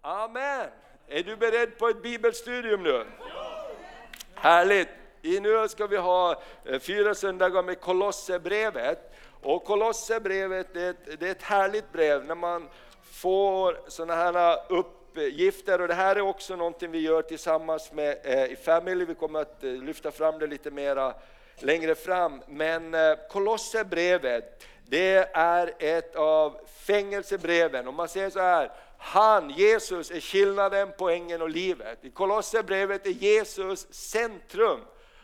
Amen. Är du beredd på ett bibelstudium nu? Härligt. Nu ska vi ha 4 söndagar med Kolosserbrevet. Och Kolosserbrevet det är ett härligt brev när man får såna här uppgifter. Och det här är också någonting vi gör tillsammans med i Family. Vi kommer att lyfta fram det lite mera längre fram. Men Kolosserbrevet, det är ett av fängelsebreven. Om man säger så här: Jesus är skillnaden, poängen och livet. I Kolosserbrevet är Jesus centrum.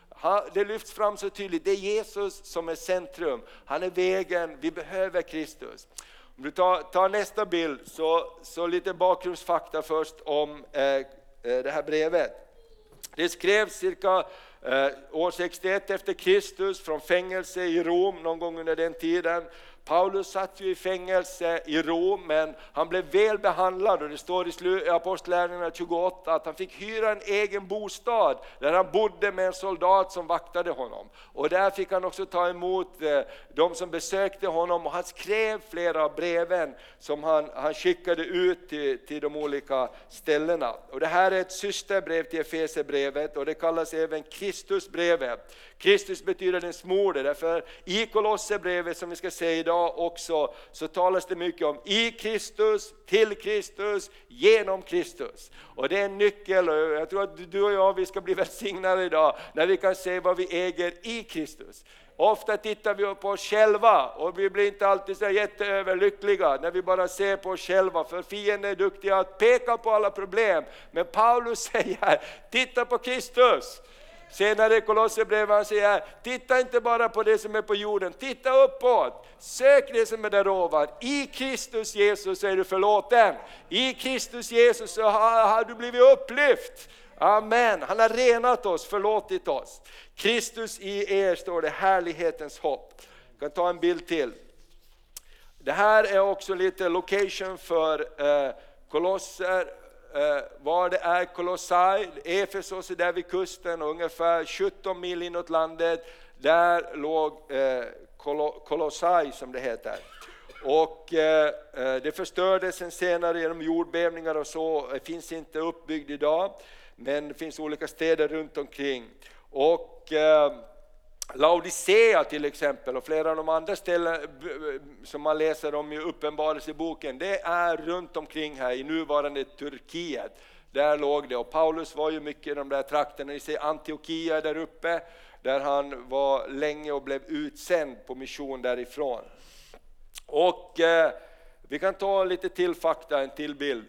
Det lyfts fram så tydligt, det är Jesus som är centrum. Han är vägen, vi behöver Kristus. Om du tar nästa bild så lite bakgrundsfakta först om det här brevet. Det skrevs cirka år 61 efter Kristus från fängelse i Rom någon gång under den tiden. Paulus satt ju i fängelse i Rom, men han blev väl behandlad, och det står i Apostlagärningarna 28 att han fick hyra en egen bostad där han bodde med en soldat som vaktade honom. Och där fick han också ta emot de som besökte honom, och han skrev flera av breven som han skickade ut till de olika ställena. Och det här är ett systerbrev till Efesierbrevet, och det kallas även Kristusbrevet. Kristus betyder den smorde, därför i Kolosserbrevet som vi ska se idag också så talas det mycket om i Kristus, till Kristus, genom Kristus. Och det är en nyckel, och jag tror att du och jag vi ska bli välsignade idag när vi kan se vad vi äger i Kristus. Ofta tittar vi på oss själva och vi blir inte alltid så jätteöverlyckliga när vi bara ser på oss själva, för fienden är duktiga att peka på alla problem. Men Paulus säger, titta på Kristus. Senare i Kolosserbrevet han säger, titta inte bara på det som är på jorden, titta uppåt, sök det som är där ovan. I Kristus Jesus är du förlåten, i Kristus Jesus så har du blivit upplyft. Amen, han har renat oss, förlåtit oss. Kristus i er, står det, härlighetens hopp. Jag kan ta en bild till. Det här är också lite location för Kolosser. Var det är Kolossai, Efesos är där vid kusten, och ungefär 17 mil inåt landet, där låg Kolossai som det heter. Och det förstördes sen senare genom jordbävningar och så, det finns inte uppbyggd idag, men det finns olika städer runt omkring. Och Laodicea till exempel, och flera av de andra ställen som man läser om i Uppenbarelseboken, det är runt omkring här i nuvarande Turkiet. Där låg det, och Paulus var ju mycket i de där trakterna. Ni ser Antiochia där uppe, där han var länge och blev utsänd på mission därifrån. Och vi kan ta lite till fakta, en till bild.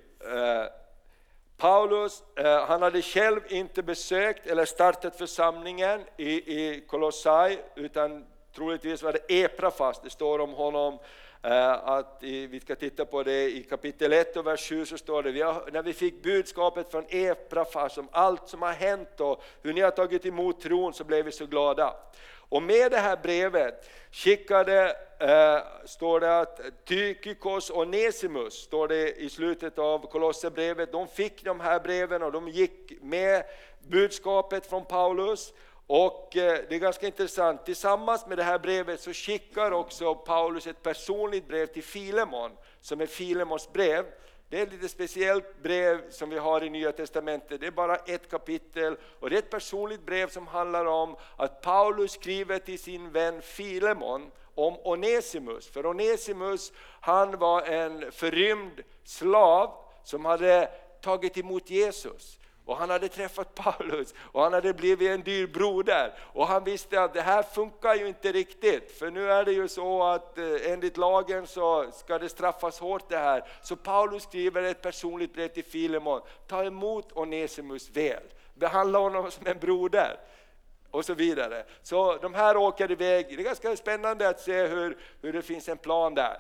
Paulus, han hade själv inte besökt eller startat församlingen i Kolossai, utan troligtvis var det Eprafas. Det står om honom att vi ska titta på det i kapitel 1 och vers 7, så står det, när vi fick budskapet från Eprafas om allt som har hänt och hur ni har tagit emot tron, så blev vi så glada. Och med det här brevet skickade, står det att Tychikos och Onesimus, står det i slutet av Kolosserbrevet, de fick de här breven och de gick med budskapet från Paulus. Och det är ganska intressant, tillsammans med det här brevet så skickar också Paulus ett personligt brev till Filemon, som är Filemons brev. Det är ett lite speciellt brev som vi har i Nya Testamentet. Det är bara ett kapitel, och det är ett personligt brev som handlar om att Paulus skriver till sin vän Filemon om Onesimus. För Onesimus, han var en förrymd slav som hade tagit emot Jesus. Och han hade träffat Paulus och han hade blivit en dyr broder. Och han visste att det här funkar ju inte riktigt. För nu är det ju så att enligt lagen så ska det straffas hårt det här. Så Paulus skriver ett personligt brev till Filemon. Ta emot Onesimus väl. Behandla honom som en broder. Och så vidare. Så de här åker iväg. Det är ganska spännande att se hur det finns en plan där.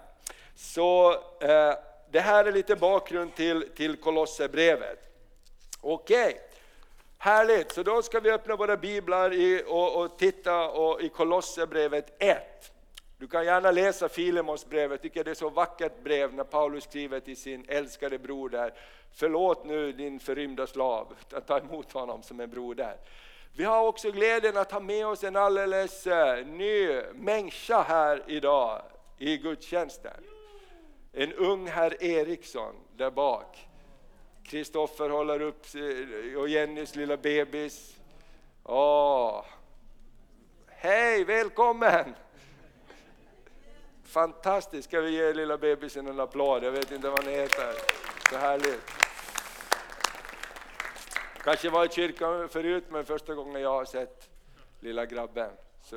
Så det här är lite bakgrund till Kolosserbrevet. Okej, härligt. Så då ska vi öppna våra biblar och titta i Kolosserbrevet 1. Du kan gärna läsa Filemons brev. Jag tycker det är så vackert brev när Paulus skriver till sin älskade broder. Förlåt nu din förrymda slav, att ta emot honom som en broder. Vi har också glädjen att ha med oss en alldeles ny människa här idag i gudstjänsten. En ung herr Eriksson där bak. Kristoffer håller upp och Jennys lilla bebis. Hej, välkommen! Fantastiskt, ska vi ge lilla bebisen en applåd? Jag vet inte vad ni heter. Så härligt. Kanske var i kyrkan förut, men första gången jag har sett lilla grabben. Så,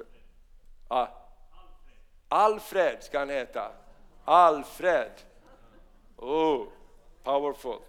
Alfred ska han heta. Alfred. Powerful.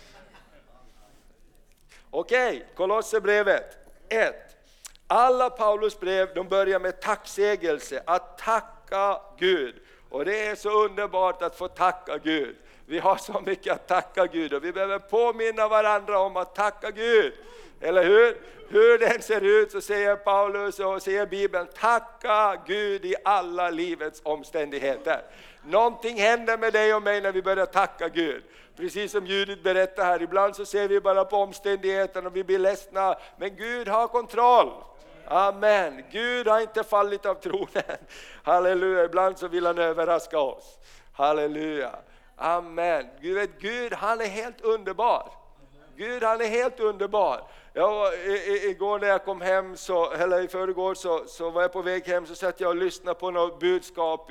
Okej, Kolosserbrevet 1. Alla Paulus brev, de börjar med tacksägelse, att tacka Gud. Och det är så underbart att få tacka Gud. Vi har så mycket att tacka Gud och vi behöver påminna varandra om att tacka Gud. Eller hur? Hur den ser ut så säger Paulus och säger Bibeln, tacka Gud i alla livets omständigheter. Någonting händer med dig och mig när vi börjar tacka Gud. Precis som Judith berättar här, ibland så ser vi bara på omständigheterna och vi blir ledsna. Men Gud har kontroll. Amen. Gud har inte fallit av tronen. Halleluja. Ibland så vill han överraska oss. Halleluja. Amen. Gud han är helt underbar. Gud han är helt underbar. Igår när jag kom hem, eller i förrgår så var jag på väg hem, så satt jag och lyssnade på något budskap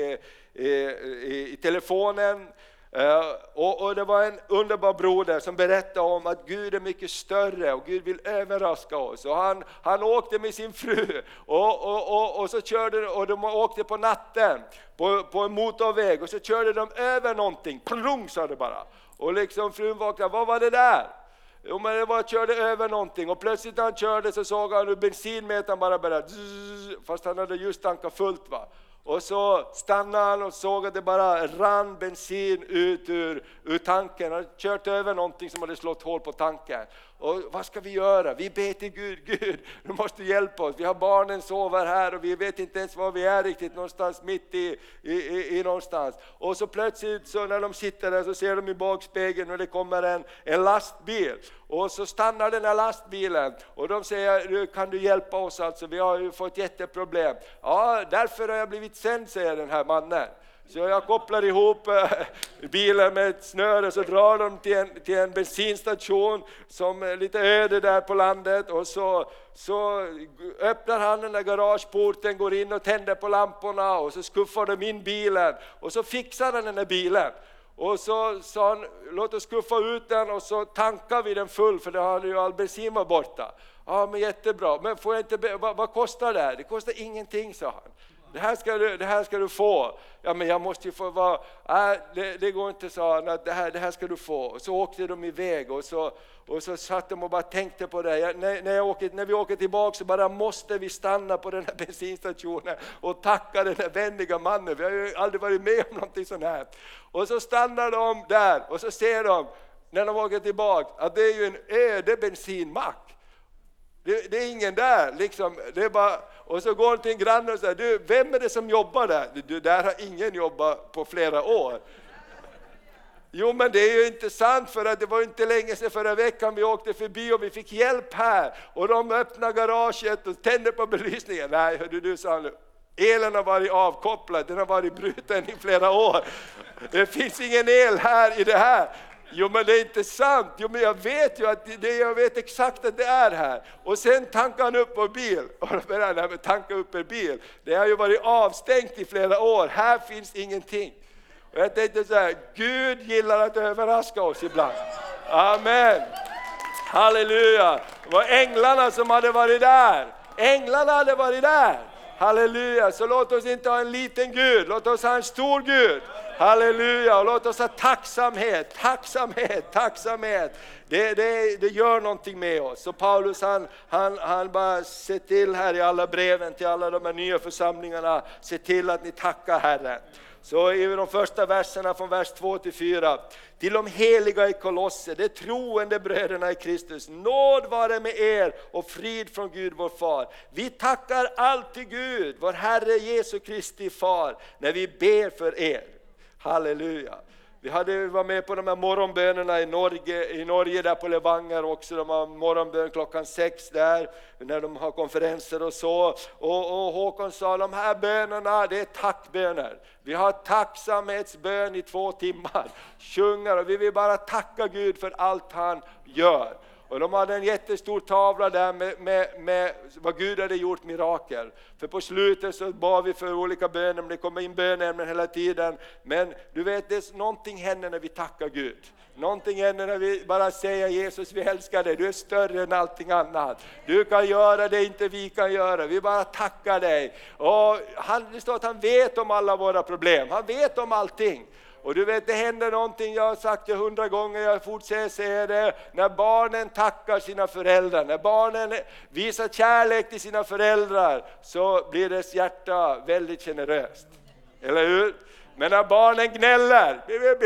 i telefonen. Och det var en underbar broder som berättade om att Gud är mycket större och Gud vill överraska oss. Och han åkte med sin fru och så körde, och de åkte på natten på en motorväg och så körde de över någonting. Plung, sa det bara. Och liksom frun vaknade, vad var det där? Jo, men det var att körde över någonting och plötsligt när han körde så såg han hur bensinmetern bara började fast han hade just tankat fullt, va. Och så stannade han och såg att det bara rann bensin ut ur tanken. Han hade kört över någonting som hade slått hål på tanken. Och vad ska vi göra? Vi ber till Gud, du måste hjälpa oss. Vi har barnen sover här och vi vet inte ens var vi är riktigt, någonstans mitt i någonstans. Och så plötsligt så när de sitter där så ser de i bakspegeln och det kommer en lastbil. Och så stannar den här lastbilen och de säger, kan du hjälpa oss alltså? Vi har ju fått jätteproblem. Ja, därför har jag blivit sänd, säger den här mannen. Så jag kopplar ihop bilen med ett snöre, så drar de till en bensinstation som är lite öde där på landet. Och så öppnar han den där garageporten, går in och tänder på lamporna och så skuffar de in bilen. Och så fixar han den där bilen. Och så sa han, låt oss skuffa ut den och så tankar vi den full, för det har ju all bensin var borta. Ja, men jättebra, men får jag inte, vad kostar det här? Det kostar ingenting, sa han. Det här ska du få. Ja, men jag måste ju få vara. Det går inte, sa han, att det här ska du få. Och så åkte de iväg och så satt de och bara tänkte på det. När vi åker tillbaka så bara måste vi stanna på den här bensinstationen och tacka den här vänliga mannen. Vi har ju aldrig varit med om någonting sånt här. Och så stannar de där och så ser de när de åker tillbaka att det är ju en öde bensinmack. Det är ingen där liksom, det är bara, och så går han till en granne och säger, du, vem är det som jobbar där? Du, där har ingen jobbat på flera år. Jo, men det är ju inte sant, för att det var inte länge sedan, förra veckan vi åkte förbi och vi fick hjälp här och de öppnade garaget och tände på belysningen. Nej, hörde du, sa han nu, elen har varit avkopplad, den har varit bruten i flera år. Det finns ingen el här i det här. Jo, men det är inte sant. Jo, men jag vet ju att jag vet exakt att det är här. Och sen tankar han upp på bil. Och då börjar han med tanka upp en bil. Det har ju varit avstängt i flera år. Här finns ingenting. Och jag tänkte så här, Gud gillar att överraska oss ibland. Amen. Halleluja. Det var änglarna som hade varit där. Änglarna hade varit där. Halleluja. Så låt oss inte ha en liten Gud. Låt oss ha en stor Gud. Halleluja, och låt oss ha tacksamhet. Det gör någonting med oss. Så Paulus han bara ser till här i alla breven till alla de här nya församlingarna, se till att ni tackar Herren. Så i de första verserna från vers 2-4, till de heliga i Kolosse, de troende bröderna i Kristus, nåd vare med er och frid från Gud vår far. Vi tackar alltid Gud, vår Herre Jesu Kristi far, när vi ber för er. Halleluja. Vi var med på de här morgonbönerna i Norge där på Levanger också. De har morgonbön 6:00 där när de har konferenser och så. Och Håkon sa, de här bönerna, det är tackböner. Vi har tacksamhetsbön i 2 timmar. Sjunger och vi vill bara tacka Gud för allt han gör. Och de hade en jättestor tavla där med vad Gud hade gjort mirakel. För på slutet så bad vi för olika böner, men det kommer in bönämnen hela tiden. Men du vet, det är någonting händer när vi tackar Gud. Någonting händer när vi bara säger, Jesus, vi älskar dig, du är större än allting annat. Du kan göra det inte vi kan göra, vi bara tackar dig. Och det står att han vet om alla våra problem, han vet om allting. Och du vet, det händer någonting, jag har sagt det 100 gånger, jag fortsätter säga det. När barnen tackar sina föräldrar, när barnen visar kärlek till sina föräldrar, så blir deras hjärta väldigt generöst. Eller hur? Men när barnen gnäller,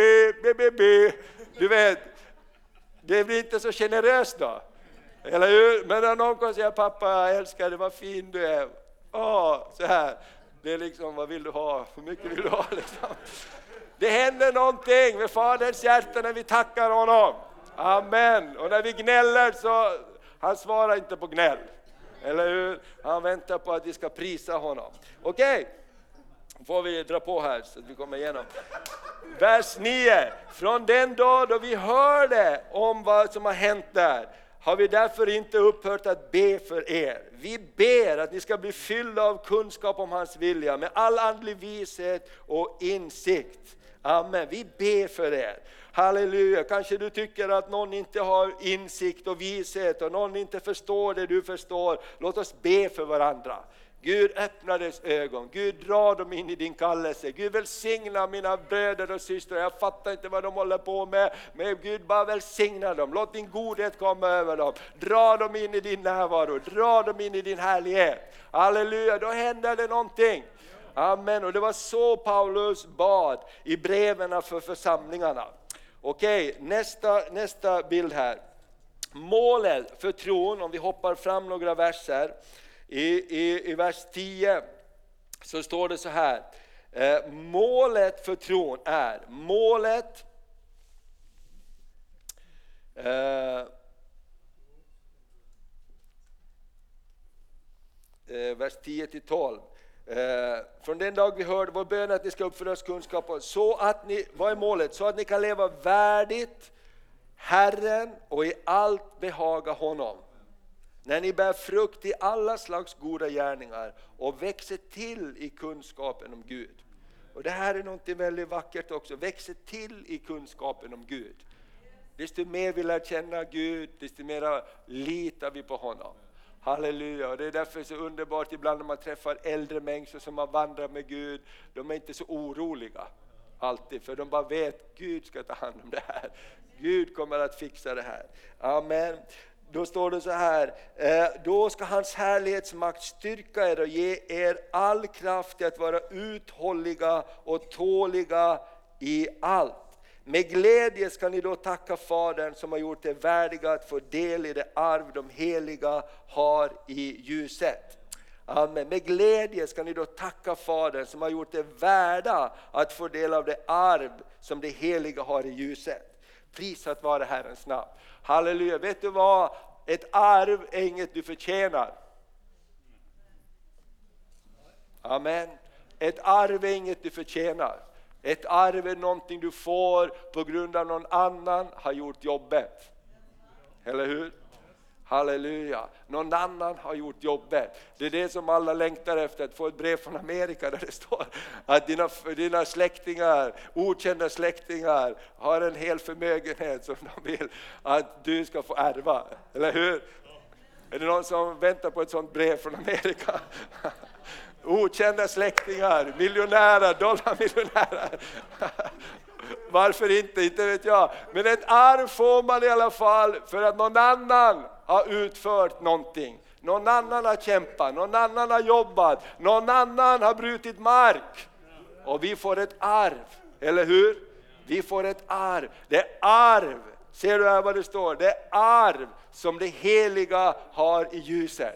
du vet, det blir inte så generöst då. Eller hur? Men när någon kan säga, pappa jag älskar dig, vad fin du är. Så här. Det är liksom, vad vill du ha? Hur mycket vill du ha liksom? Det händer någonting med Faderns hjärta när vi tackar honom. Amen. Och när vi gnäller så, han svarar inte på gnäll. Eller hur? Han väntar på att vi ska prisa honom. Okej. Får vi dra på här så att vi kommer igenom. Vers 9. Från den dag då vi hörde om vad som har hänt där, har vi därför inte upphört att be för er. Vi ber att ni ska bli fyllda av kunskap om hans vilja, med all andlig vishet och insikt. Amen. Vi ber för er. Halleluja. Kanske du tycker att någon inte har insikt och vishet och någon inte förstår det du förstår. Låt oss be för varandra. Gud öppnar dess ögon. Gud drar dem in i din kallelse. Gud välsigna mina bröder och systrar. Jag fattar inte vad de håller på med. Men Gud bara välsigna dem. Låt din godhet komma över dem. Dra dem in i din närvaro. Dra dem in i din härlighet. Halleluja. Då händer det någonting. Amen. Och det var så Paulus bad i breven för församlingarna. Okej, nästa bild här. Målet för tron, om vi hoppar fram några verser. I vers 10 så står det så här. Målet för tron är vers 10-12. Från den dag vi hörde vår bön att ni ska uppfyllas kunskap, så att ni, vad är målet? Så att ni kan leva värdigt Herren och i allt behaga honom. När ni bär frukt i alla slags goda gärningar och växer till i kunskapen om Gud. Och det här är något väldigt vackert också. Växer till i kunskapen om Gud. Desto mer vi lär känna Gud, desto mer litar vi på honom. Halleluja. Och det är därför så underbart ibland när man träffar äldre människor som har vandrat med Gud. De är inte så oroliga alltid, för de bara vet Gud ska ta hand om det här. Gud kommer att fixa det här. Amen. Då står det så här, då ska hans härlighetsmakt styrka er och ge er all kraft till att vara uthålliga och tåliga i allt. Med glädje ska ni då tacka Fadern som har gjort er värdiga att få del i det arv de heliga har i ljuset. Amen. Med glädje ska ni då tacka Fadern som har gjort er värda att få del av det arv som det heliga har i ljuset. Prisat vare Herrens namn. Halleluja. Vet du vad? Ett arv är inget du förtjänar. Amen. Ett arv är inget du förtjänar. Ett arv är någonting du får på grund av någon annan har gjort jobbet. Eller hur? Halleluja. Någon annan har gjort jobbet. Det är det som alla längtar efter, att få ett brev från Amerika där det står att dina släktingar, okända släktingar, har en hel förmögenhet som de vill att du ska få ärva. Eller hur? Är det någon som väntar på ett sånt brev från Amerika? Okända släktingar, miljonärer, dollarmiljonärer. Varför inte vet jag. Men ett arv får man i alla fall för att någon annan har utfört någonting. Någon annan har kämpat, någon annan har jobbat, någon annan har brutit mark. Och vi får ett arv, eller hur? Vi får ett arv. Det är arv, ser du här vad det står? Det är arv som det heliga har i ljuset.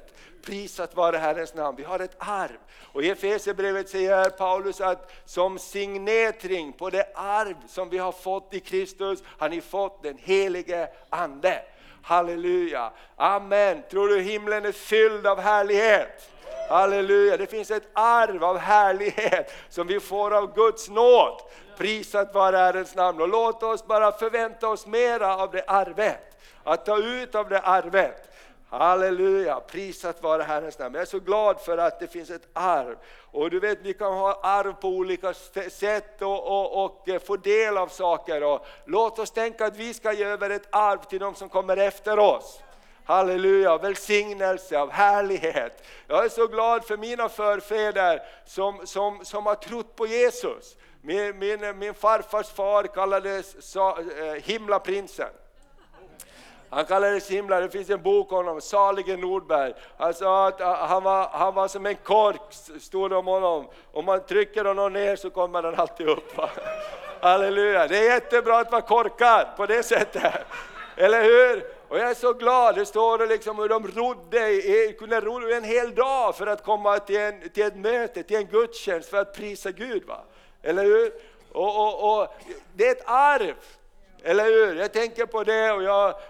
prisat vare Herrens namn. Vi har ett arv. Och i Efesierbrevet säger Paulus att som signetring på det arv som vi har fått i Kristus har ni fått den helige ande. Halleluja, amen. Tror du himlen är fylld av härlighet? Halleluja, det finns ett arv av härlighet som vi får av Guds nåd. Prisat vare Herrens namn. Och låt oss bara förvänta oss mera av det arvet. Att ta ut av det arvet. Halleluja, prisat vare Herrens namn. Jag är så glad för att det finns ett arv. Och du vet, vi kan ha arv på olika sätt och få del av saker. Och låt oss tänka att vi ska ge över ett arv till de som kommer efter oss. Halleluja, välsignelse av härlighet. Jag är så glad för mina förfäder som har trott på Jesus. Min farfars far kallades himlaprinsen. Han kallades himla, det finns en bok om honom, Salige Nordberg. Alltså att han var som en kork, stod om honom. Om man trycker honom ner så kommer han alltid upp. Halleluja, det är jättebra att vara korkad på det sättet. Eller hur? Och jag är så glad, det står liksom hur de kunde ro en hel dag för att komma till ett möte, till en gudstjänst för att prisa Gud. Va? Eller hur? Och det är ett arv. Eller hur? Jag tänker på det och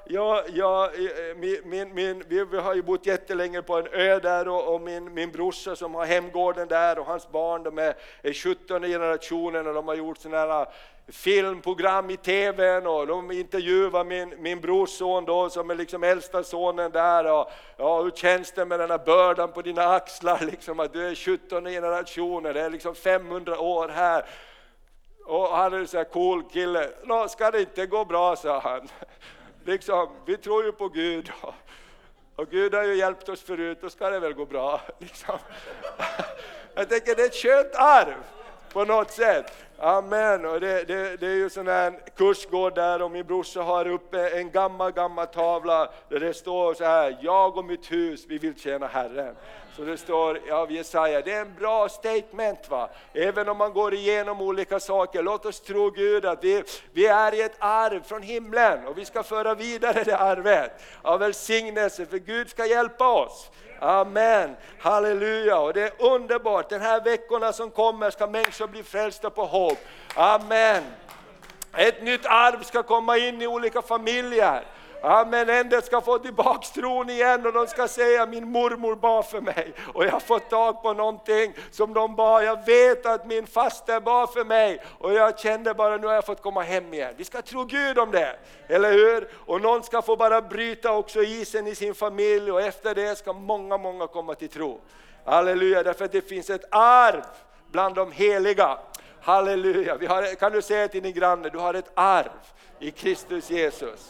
vi har ju bott jättelänge på en ö där och min brorsa som har hemgården där och hans barn, de är 17 generationen och de har gjort sådana här filmprogram i tvn och de intervjuar min brorson då som är liksom äldsta sonen där och hur känns det med den här bördan på dina axlar liksom att du är 17 generationer, det är liksom 500 år här. Och han är så här cool kille. Nå, ska det inte gå bra, sa han. Liksom, vi tror ju på Gud. Och Gud har ju hjälpt oss förut, då ska det väl gå bra. Liksom. Jag tänker det är ett skönt arv på något sätt. Amen. Och det är ju sån här kursgård där och min brorsa har uppe en gammal tavla där det står så här: jag och mitt hus, vi vill tjäna Herren. Så det står av Jesaja, det är en bra statement va. Även om man går igenom olika saker, låt oss tro Gud att vi är i ett arv från himlen och vi ska föra vidare det arvet av välsignelse för Gud ska hjälpa oss. Amen, halleluja, och det är underbart. Den här veckorna som kommer ska människor bli frälsta på hopp. Amen. Ett nytt arv ska komma in i olika familjer. Amen, en del ska få tillbaks tron igen och de ska säga min mormor bad för mig och jag har fått tag på någonting som de bad. Jag vet att min faster bad för mig och jag kände bara nu har jag fått komma hem igen. Vi ska tro Gud om det, eller hur? Och någon ska få bara bryta också isen i sin familj och efter det ska många komma till tro. Halleluja, därför att det finns ett arv bland de heliga. Halleluja, kan du säga till din granne, du har ett arv i Kristus Jesus.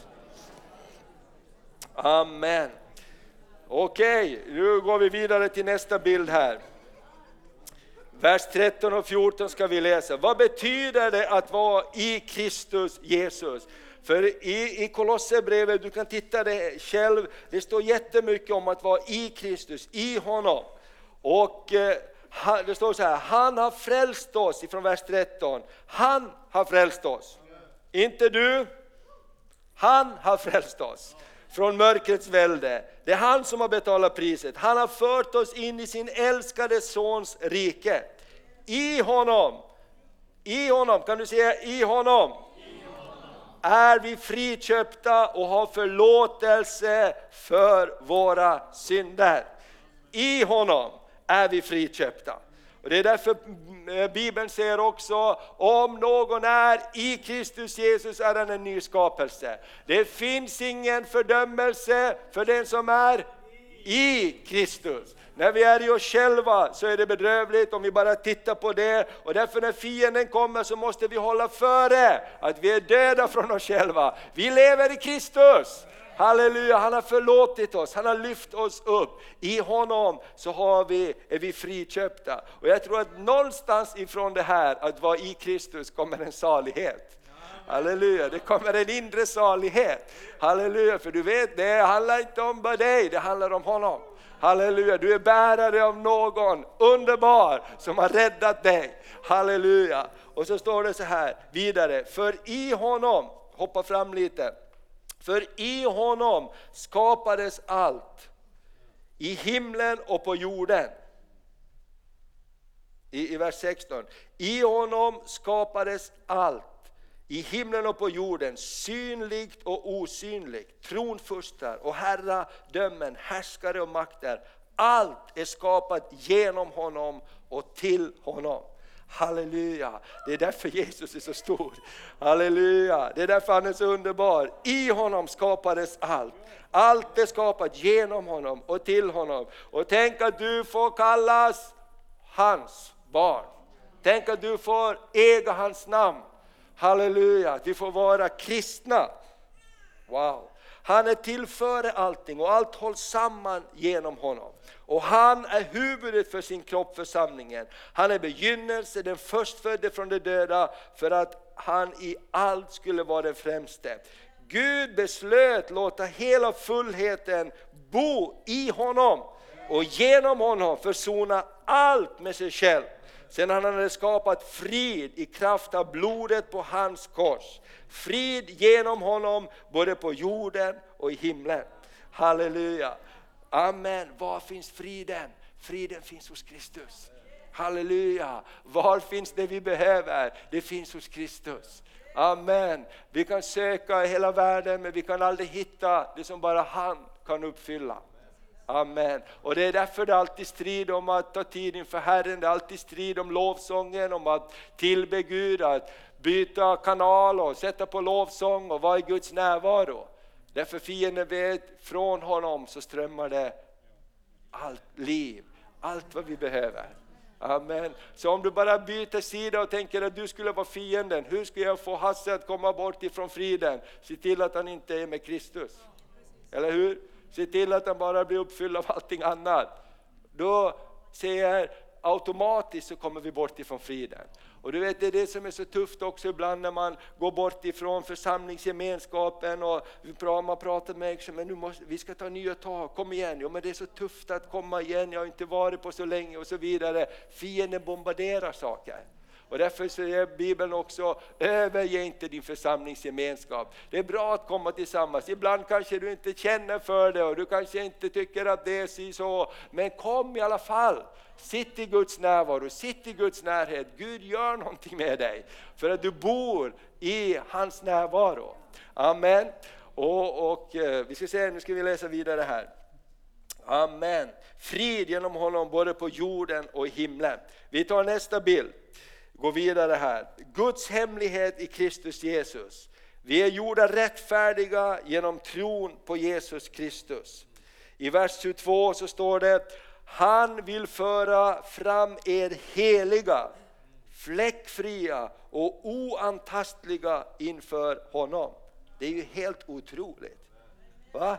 Amen. Okej, nu går vi vidare till nästa bild här. Vers 13 och 14 ska vi läsa. Vad betyder det att vara i Kristus Jesus? För i Kolosserbrevet, du kan titta det själv, det står jättemycket om att vara i Kristus, i honom. Och det står så här, han har frälst oss, ifrån vers 13. Han har frälst oss. Inte du. Han har frälst oss från mörkrets välde. Det är han som har betalat priset. Han har fört oss in i sin älskade sons rike. I honom, kan du säga i honom? Är vi friköpta och har förlåtelse för våra synder. I honom är vi friköpta. Och det är därför Bibeln säger också, om någon är i Kristus Jesus är han en ny skapelse. Det finns ingen fördömelse för den som är i Kristus. När vi är i oss själva så är det bedrövligt om vi bara tittar på det. Och därför när fienden kommer så måste vi hålla före att vi är döda från oss själva. Vi lever i Kristus. Halleluja, han har förlåtit oss, han har lyft oss upp. I honom så är vi friköpta. Och jag tror att någonstans ifrån det här att vara i Kristus kommer en salighet. Halleluja, det kommer en inre salighet. Halleluja, för du vet det handlar inte om bara dig, det handlar om honom. Halleluja, du är bärare av någon underbar som har räddat dig. Halleluja, och så står det så här vidare, för i honom, hoppa fram lite. För i honom skapades allt. i himlen och på jorden. I vers 16. I honom skapades allt. I himlen och på jorden, synligt och osynligt, tronfurstar och herradömen, härskare och makter. Allt är skapat genom honom och till honom. Halleluja, det är därför Jesus är så stor. Halleluja, det är därför han är så underbar. I honom skapades allt. Allt är skapat genom honom och till honom. Och tänk att du får kallas hans barn. Tänk att du får äga hans namn. Halleluja, att vi får vara kristna. Wow. Han är till före allting och allt hålls samman genom honom. Och han är huvudet för sin kropp, församlingen. Han är begynnelse, den förstfödde från de döda, för att han i allt skulle vara den främste. Gud beslöt låta hela fullheten bo i honom och genom honom försona allt med sig själv. Sen han hade skapat frid i kraft av blodet på hans kors. Frid genom honom både på jorden och i himlen. Halleluja. Amen. Var finns friden? Friden finns hos Kristus. Halleluja. Var finns det vi behöver? Det finns hos Kristus. Amen. Vi kan söka i hela världen, men vi kan aldrig hitta det som bara han kan uppfylla. Amen. Och det är därför det alltid strid om att ta tid inför Herren. Det är alltid strid om lovsången, om att tillbe Gud, att byta kanal och sätta på lovsång och vara i Guds närvaro. Därför fienden vet, från honom så strömmar det allt liv, allt vad vi behöver. Amen. Så om du bara byter sida och tänker att du skulle vara fienden, hur ska jag få Hasse att komma bort ifrån friden? Se till att han inte är med Kristus. Eller hur? Se till att han bara blir uppfylld av allting annat. Då säger automatiskt så kommer vi bort ifrån friden. Och du vet, det är det som är så tufft också ibland när man går bort ifrån församlingsgemenskapen och man pratar med mig, men vi ska ta nya tag, kom igen. Jo, men det är så tufft att komma igen, jag har inte varit på så länge och så vidare. Fienden bombarderar saker. Och därför säger Bibeln också, överge inte din församlingsgemenskap. Det är bra att komma tillsammans. Ibland kanske du inte känner för det och du kanske inte tycker att det är så. Men kom i alla fall. Sitt i Guds närvaro, sitt i Guds närhet. Gud gör någonting med dig. För att du bor i hans närvaro. Amen. Och vi ska se, nu ska vi läsa vidare här. Amen. Frid genom honom både på jorden och i himlen. Vi tar nästa bild. Gå vidare här. Guds hemlighet i Kristus Jesus. Vi är gjorda rättfärdiga genom tron på Jesus Kristus. I vers 22 så står det: han vill föra fram er heliga, fläckfria och oantastliga inför honom. Det är ju helt otroligt. Va?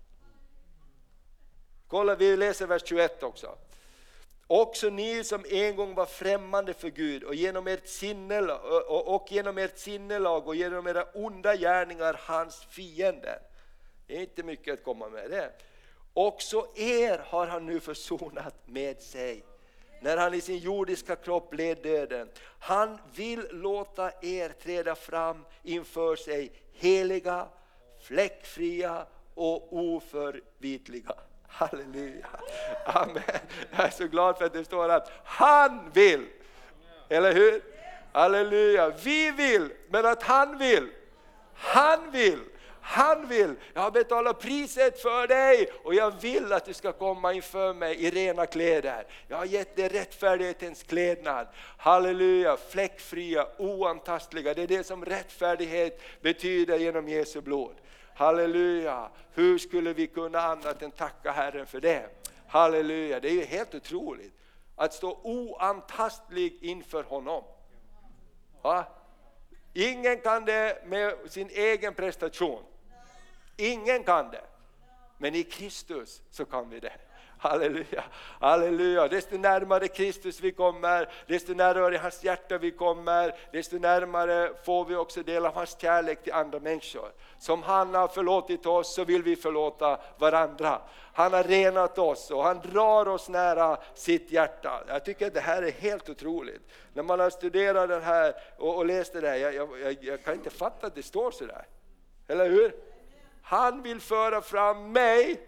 Kolla, vi läser vers 21 också. Också ni som en gång var främmande för Gud och genom ert sinnelag och genom era onda gärningar hans fiender. Det är inte mycket att komma med det. Också er har han nu försonat med sig, när han i sin jordiska kropp led döden. Han vill låta er träda fram inför sig heliga, fläckfria och oförvitliga. Halleluja. Amen. Jag är så glad för att det står att han vill. Eller hur? Halleluja. Vi vill, men att han vill. Han vill. Han vill. Jag har betalat priset för dig och jag vill att du ska komma inför mig i rena kläder. Jag har gett dig rättfärdighetens klädnad. Halleluja. Fläckfria, oantastliga. Det är det som rättfärdighet betyder genom Jesu blod. Halleluja. Hur skulle vi kunna annat än tacka Herren för det? Halleluja. Det är ju helt otroligt att stå oantastlig inför honom. Va? Ingen kan det med sin egen prestation. Ingen kan det. Men i Kristus så kan vi det. Halleluja, halleluja. Desto närmare Kristus vi kommer, desto närmare hans hjärta vi kommer, desto närmare får vi också del av hans kärlek till andra människor. Som han har förlåtit oss så vill vi förlåta varandra. Han har renat oss och han drar oss nära sitt hjärta. Jag tycker att det här är helt otroligt. När man har studerat den här och läst det här, jag kan inte fatta att det står så där. Eller hur? Han vill föra fram mig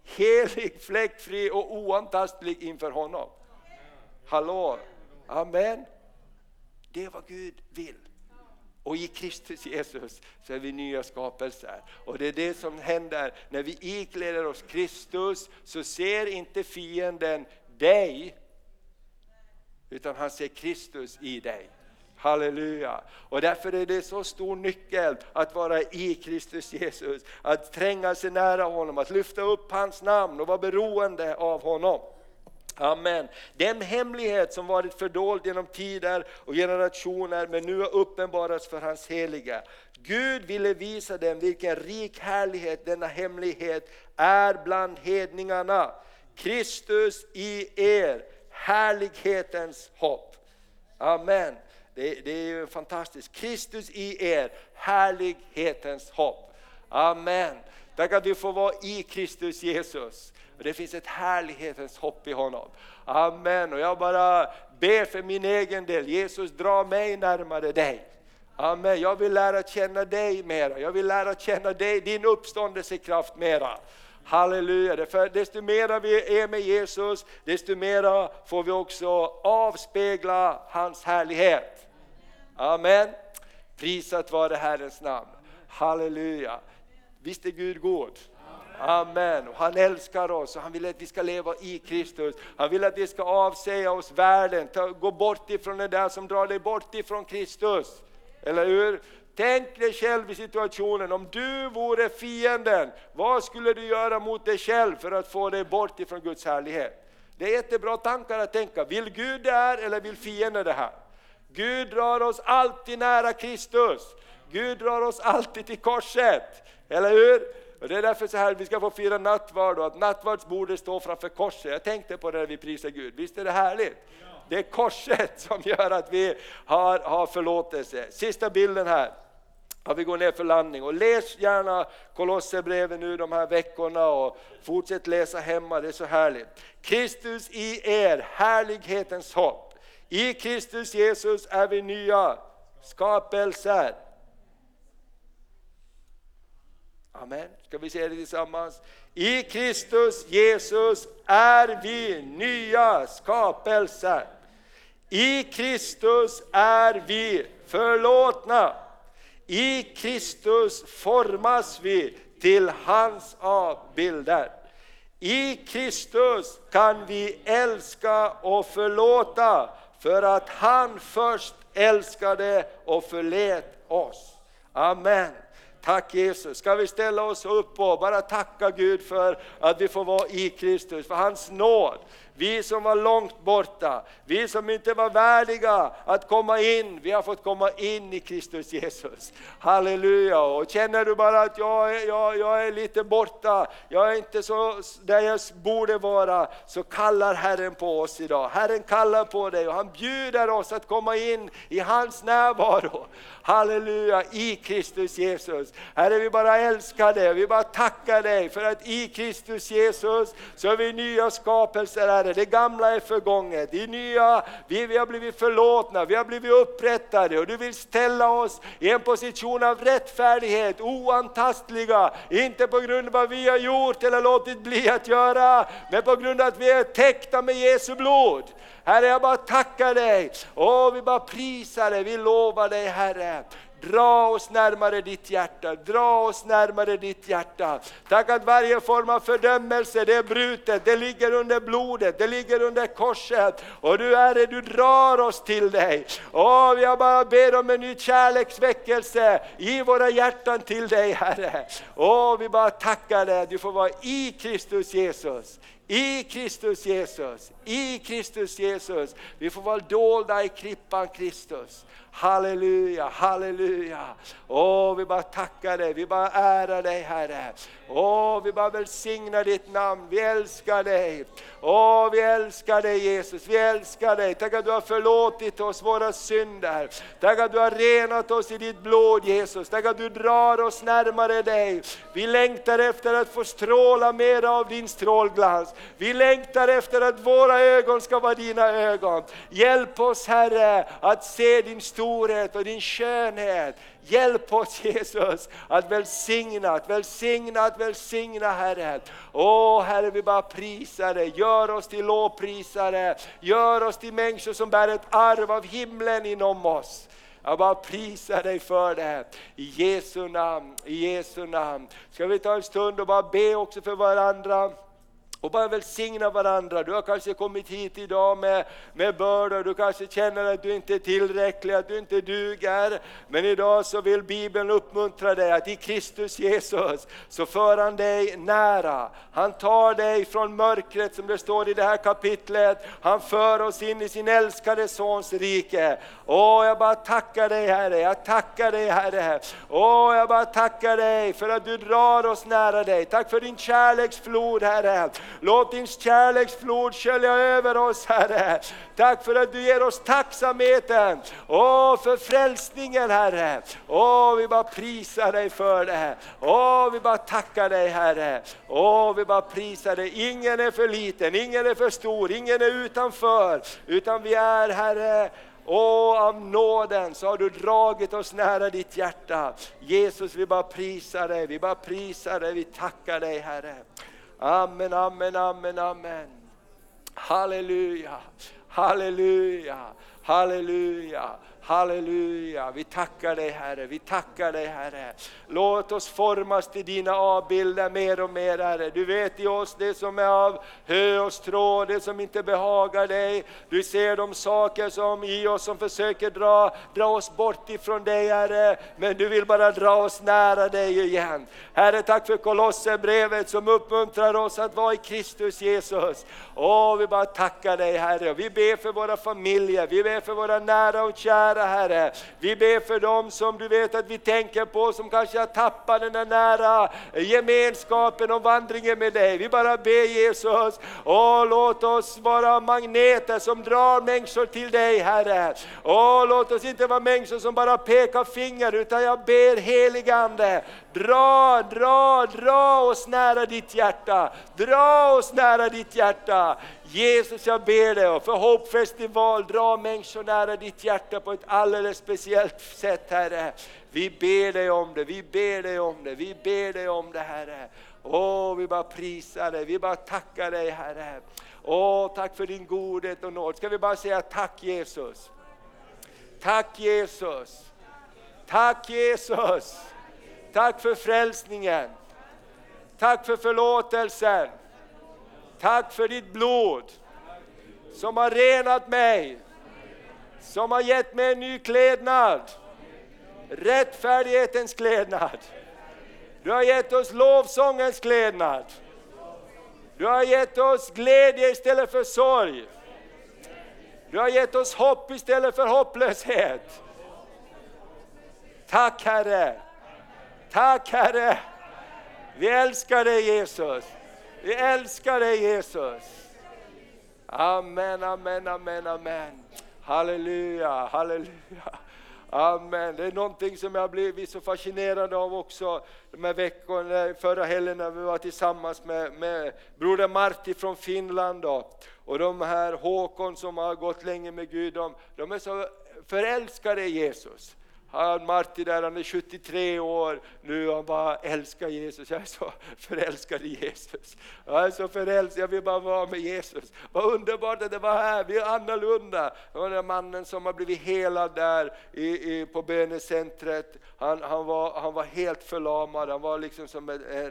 helig, fläckfri och oantastlig inför honom. Hallå, amen. Det är vad Gud vill. Och i Kristus Jesus så är vi nya skapelser. Och det är det som händer när vi ikläder oss Kristus, så ser inte fienden dig, utan han ser Kristus i dig. Halleluja. Och därför är det så stor nyckel att vara i Kristus Jesus. Att tränga sig nära honom, att lyfta upp hans namn och vara beroende av honom. Amen. Den hemlighet som varit fördold genom tider och generationer, men nu har uppenbarats för hans heliga. Gud ville visa dem vilken rik härlighet denna hemlighet är bland hedningarna. Kristus i er, härlighetens hopp. Amen. Det är ju fantastiskt. Kristus i er, härlighetens hopp. Amen. Tack att vi får vara i Kristus Jesus. Och det finns ett härlighetens hopp i honom. Amen. Och jag bara ber för min egen del. Jesus, dra mig närmare dig. Amen. Jag vill lära känna dig mera. Jag vill lära känna dig, din uppståndelsekraft mera. Halleluja. För desto mera vi är med Jesus, desto mera får vi också avspegla hans härlighet. Amen. Prisat vare Herrens namn. Halleluja. Visst är Gud god. Amen. Och han älskar oss och han vill att vi ska leva i Kristus. Han vill att vi ska avsäga oss världen. Gå bort ifrån det där som drar dig bort ifrån Kristus. Eller hur? Tänk dig själv i situationen. Om du vore fienden, vad skulle du göra mot dig själv för att få dig bort ifrån Guds härlighet? Det är jättebra tankar att tänka. Vill Gud det här eller vill fienden det här? Gud drar oss alltid nära Kristus. Gud drar oss alltid till korset. Eller hur? Och det är därför så här vi ska få fira nattvard och att nattvardsbordet står framför korset. Jag tänkte på det när vi prisar Gud. Visst är det härligt? Ja. Det är korset som gör att vi har förlåtelse. Sista bilden här. Ja, vi går ner för landning. Och läs gärna Kolosserbrevet nu de här veckorna och fortsätt läsa hemma. Det är så härligt. Kristus i er, härlighetens hopp. I Kristus Jesus är vi nya skapelser. Amen. Ska vi se det tillsammans? I Kristus Jesus är vi nya skapelser. I Kristus är vi förlåtna. I Kristus formas vi till hans avbilder. I Kristus kan vi älska och förlåta för att han först älskade och förlät oss. Amen. Tack Jesus. Ska vi ställa oss upp och bara tacka Gud för att vi får vara i Kristus, för hans nåd. Vi som var långt borta, vi som inte var värdiga att komma in, vi har fått komma in i Kristus Jesus. Halleluja. Och känner du bara att jag är lite borta, jag är inte så där jag borde vara, så kallar Herren på oss idag. Herren kallar på dig och han bjuder oss att komma in i hans närvaro. Halleluja, i Kristus Jesus. Herre, vi bara älskar dig, vi bara tackar dig för att i Kristus Jesus så är vi nya skapelser, Herre. Det gamla är förgånget, det nya, vi har blivit förlåtna, vi har blivit upprättade och du vill ställa oss i en position av rättfärdighet, oantastliga, inte på grund av vad vi har gjort eller låtit bli att göra, men på grund av att vi är täckta med Jesu blod. Herre, jag bara tackar dig. Vi bara prisar dig. Vi lovar dig, Herre. Dra oss närmare ditt hjärta. Dra oss närmare ditt hjärta. Tack att varje form av fördömelse, det är brutet. Det ligger under blodet. Det ligger under korset. Och du, Herre, du drar oss till dig. Vi har bara ber om en ny kärleksväckelse i våra hjärtan till dig, Herre. Vi bara tackar dig. Du får vara i Kristus Jesus. I Kristus Jesus, i Kristus Jesus. Vi får vara dolda i klippan Kristus. Halleluja, halleluja. Vi bara tackar dig, vi bara ärar dig, Herre. Vi bara välsignar ditt namn, vi älskar dig. Vi älskar dig, Jesus, vi älskar dig. Tack att du har förlåtit oss våra synder. Tack att du har renat oss i ditt blod, Jesus. Tack att du drar oss närmare dig. Vi längtar efter att få stråla mer av din strålglans. Vi längtar efter att våra ögon ska vara dina ögon. Hjälp oss Herre att se din storhet och din skönhet. Hjälp oss Jesus att välsigna Herre. Herre, vi bara prisar dig. Gör oss till lovprisare. Gör oss till människor som bär ett arv av himlen inom oss. Jag bara prisar dig för det. I Jesu namn, i Jesu namn. Ska vi ta en stund och bara be också för varandra. Och bara välsigna varandra. Du har kanske kommit hit idag med bördor. Du kanske känner att du inte är tillräcklig, att du inte duger. Men idag så vill Bibeln uppmuntra dig att i Kristus Jesus så för han dig nära. Han tar dig från mörkret som det står i det här kapitlet. Han för oss in i sin älskade sons rike. Jag bara tackar dig Herre. Jag tackar dig Herre. Jag bara tackar dig för att du drar oss nära dig. Tack för din kärleksflod Herre. Låt din kärleksflod skölja över oss Herre. Tack för att du ger oss tacksamheten. För frälsningen Herre. Vi bara prisar dig för det. Vi bara tackar dig Herre. Vi bara prisar dig. Ingen är för liten, ingen är för stor, ingen är utanför. Utan vi är Herre. Av nåden så har du dragit oss nära ditt hjärta. Jesus, vi bara prisar dig. Vi bara prisar dig. Vi tackar dig Herre. Amen, amen, amen, amen. Halleluja, halleluja, halleluja, halleluja. Vi tackar dig Herre, vi tackar dig Herre. Låt oss formas till dina avbilder mer och mer Herre. Du vet i oss det som är av hö och strå, det som inte behagar dig. Du ser de saker som i oss som försöker dra oss bort ifrån dig Herre. Men du vill bara dra oss nära dig igen. Herre, tack för Kolosserbrevet som uppmuntrar oss att vara i Kristus Jesus. Vi bara tackar dig Herre. Vi ber för våra familjer, vi ber för våra nära och kära Herre. Vi ber för dem som du vet att vi tänker på, som kanske har tappat den där nära gemenskapen och vandringen med dig. Vi bara ber Jesus, låt oss vara magneter som drar människor till dig Herre. Låt oss inte vara människor som bara pekar finger, utan jag ber heligande, dra oss nära ditt hjärta. Dra oss nära ditt hjärta. Jesus, jag ber dig för Hoppfestival, dra människor nära ditt hjärta på ett alldeles speciellt sätt Herre. Vi ber dig om det, vi ber dig om det, vi ber dig om det Herre. Vi bara prisar dig, vi bara tackar dig Herre. Tack för din godhet och nåd. Ska vi bara säga tack Jesus. Tack Jesus. Tack Jesus. Tack för frälsningen. Tack för förlåtelsen. Tack för ditt blod som har renat mig, som har gett mig en ny klädnad, rättfärdighetens klädnad. Du har gett oss lovsångens klädnad. Du har gett oss glädje istället för sorg. Du har gett oss hopp istället för hopplöshet. Tack Herre. Tack Herre. Vi älskar dig Jesus. Vi älskar dig Jesus. Amen, amen, amen, amen. Halleluja, halleluja. Amen. Det är någonting som jag blivit så fascinerad av också de här veckorna, förra helgen när vi var tillsammans med broder Marti från Finland och de här Håkon som har gått länge med Gud. De är så förälskade i Jesus. Martin där, han är 73 år nu, han bara älskar Jesus. Jag är så förälskad i Jesus. Jag är så förälskad, jag vill bara vara med Jesus. Vad underbart att det var här, vi är annorlunda. Det var den mannen som har blivit helad där på bönecentret. Han var helt förlamad, han var liksom som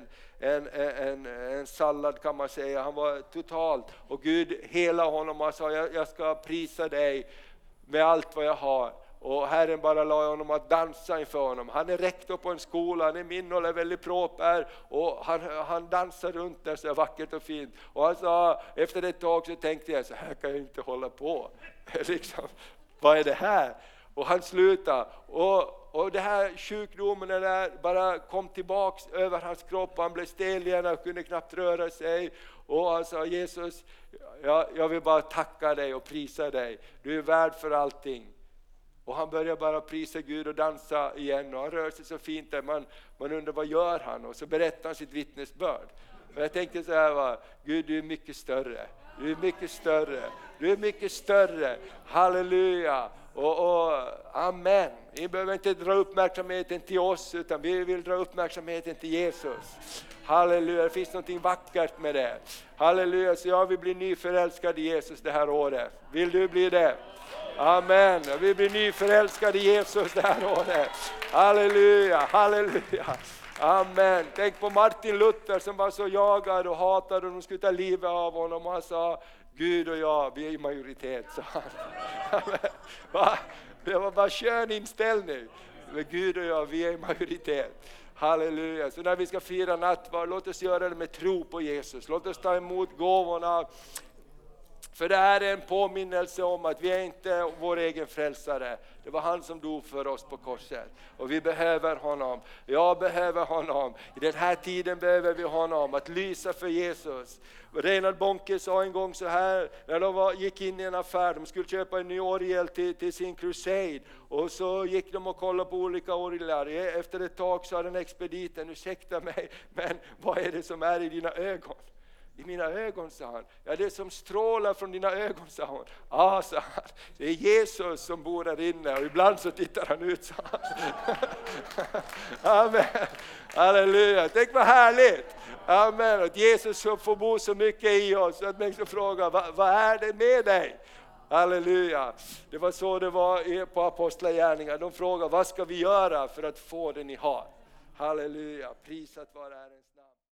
en sallad kan man säga. Han var totalt, och Gud hela honom och sa, jag ska prisa dig med allt vad jag har. Och Herren bara la honom att dansa inför honom. Han är rektor på en skola, han är min och är väldigt proper. Och han dansar runt där så vackert och fint. Och han sa, efter ett tag så tänkte jag, så här kan jag inte hålla på. Liksom, vad är det här? Och han slutade. Och det här sjukdomen där bara kom tillbaks över hans kropp. Han blev stel igen och kunde knappt röra sig. Och han sa, Jesus, jag vill bara tacka dig och prisa dig. Du är värd för allting. Och han börjar bara prisa Gud och dansa igen. Och han rör sig så fint där man undrar, vad gör han? Och så berättar han sitt vittnesbörd. Och jag tänkte så här, va? Gud, du är mycket större. Du är mycket större. Du är mycket större. Halleluja. Och amen. Vi behöver inte dra uppmärksamheten till oss, utan vi vill dra uppmärksamheten till Jesus. Halleluja, det finns någonting vackert med det. Halleluja, så jag vill bli nyförälskad i Jesus det här året. Vill du bli det? Amen, jag vill bli nyförälskad i Jesus det här året. Halleluja, halleluja. Amen. Tänk på Martin Luther som var så jagad och hatad och de skulle ta livet av honom. Och han sa, Gud och jag, vi är i majoritet, sa han. Det var bara skön inställning. Men Gud och jag, vi är i majoritet. Halleluja. Så när vi ska fira nattvard, låt oss göra det med tro på Jesus. Låt oss ta emot gåvorna. För det här är en påminnelse om att vi är inte vår egen frälsare. Det var han som dog för oss på korset. Och vi behöver honom. Jag behöver honom. I den här tiden behöver vi honom. Att lysa för Jesus. Reinhard Bonke sa en gång så här. När de gick in i en affär. De skulle köpa en ny orgel till sin crusade. Och så gick de och kollade på olika orglar. Efter ett tag sa den expediten. Ursäkta mig. Men vad är det som är i dina ögon? I mina ögon, sa han. Ja, det som strålar från dina ögon, sa hon. Ja, sa han. Det är Jesus som bor där inne. Och ibland så tittar han ut, sa han. Amen. Halleluja. Tänk vad härligt. Amen. Att Jesus får bo så mycket i oss. Att människor frågar, vad är det med dig? Halleluja. Det var så det var på Apostlagärningarna. De frågar, vad ska vi göra för att få det ni har? Halleluja. Prisat vare Herrens namn.